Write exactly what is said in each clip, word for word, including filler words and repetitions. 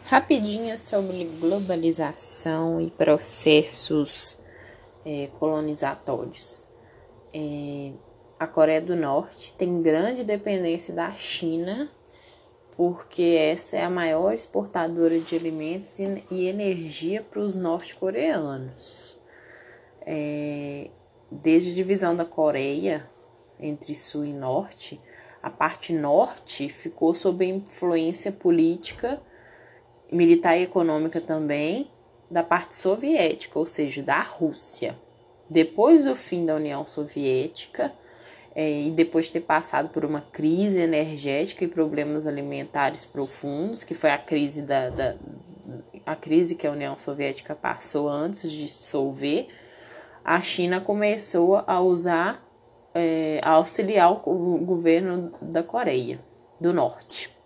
Rapidinho sobre globalização e processos é, colonizatórios. É, a Coreia do Norte tem grande dependência da China, porque essa é a maior exportadora de alimentos e, e energia para os norte-coreanos. É, desde a divisão da Coreia entre sul e norte, a parte norte ficou sob a influência política, militar e econômica também da parte soviética, ou seja, da Rússia. Depois do fim da União Soviética é, e depois de ter passado por uma crise energética e problemas alimentares profundos, que foi a crise da, da a crise que a União Soviética passou antes de dissolver, a China começou a usar, é, a auxiliar o governo da Coreia do Norte.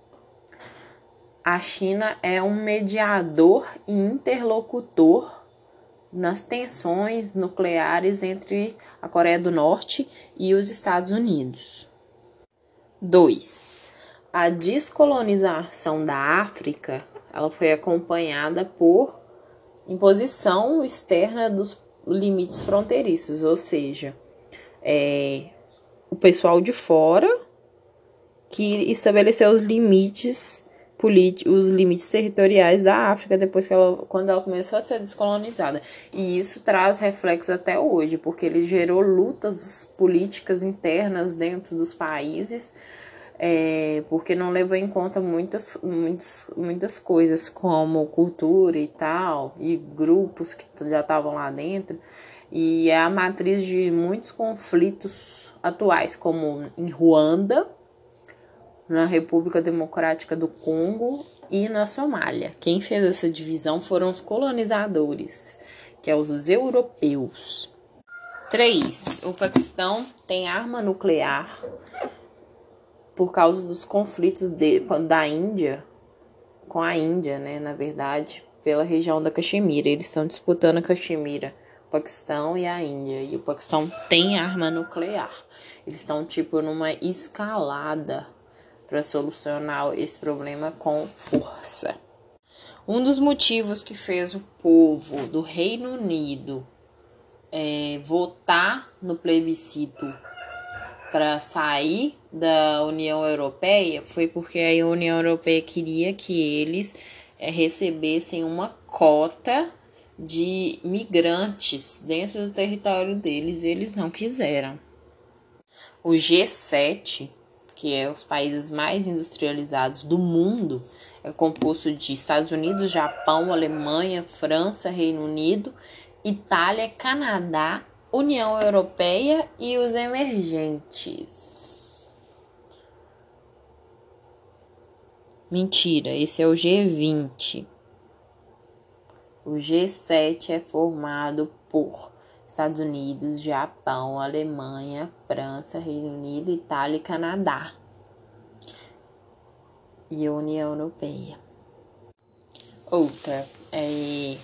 A China é um mediador e interlocutor nas tensões nucleares entre a Coreia do Norte e os Estados Unidos. dois. A descolonização da África, ela foi acompanhada por imposição externa dos limites fronteiriços, ou seja, é, o pessoal de fora que estabeleceu os limites os limites territoriais da África depois que ela, quando ela começou a ser descolonizada. E isso traz reflexos até hoje, porque ele gerou lutas políticas internas dentro dos países, é, porque não levou em conta muitas, muitas, muitas coisas como cultura e tal, e grupos que já estavam lá dentro. E é a matriz de muitos conflitos atuais, como em Ruanda, na República Democrática do Congo e na Somália. Quem fez essa divisão foram os colonizadores, que é os europeus. três. O Paquistão tem arma nuclear por causa dos conflitos de, da Índia, com a Índia, né, na verdade, pela região da Caxemira. Eles estão disputando a Caxemira, o Paquistão e a Índia. E o Paquistão tem arma nuclear. Eles estão, tipo, numa escalada para solucionar esse problema com força. Um dos motivos que fez o povo do Reino Unido é, votar no plebiscito para sair da União Europeia foi porque a União Europeia queria que eles é, recebessem uma cota de migrantes dentro do território deles, e eles não quiseram. O G sete, que é os países mais industrializados do mundo, é composto de Estados Unidos, Japão, Alemanha, França, Reino Unido, Itália, Canadá, União Europeia e os emergentes. Mentira, esse é o G vinte. O G sete é formado por Estados Unidos, Japão, Alemanha, França, Reino Unido, Itália e Canadá. E a União Europeia. Outra é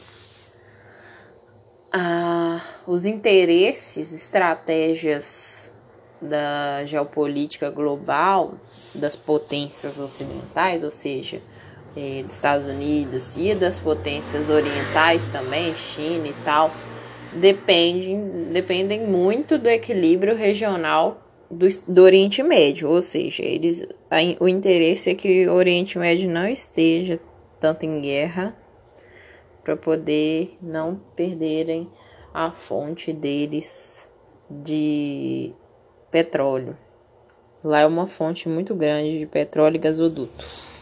ah, os interesses, estratégias da geopolítica global das potências ocidentais, ou seja, é, dos Estados Unidos e das potências orientais também, China e tal, dependem, dependem muito do equilíbrio regional do, do Oriente Médio, ou seja, eles, a, o interesse é que o Oriente Médio não esteja tanto em guerra para poder não perderem a fonte deles de petróleo. Lá é uma fonte muito grande de petróleo e gasoduto.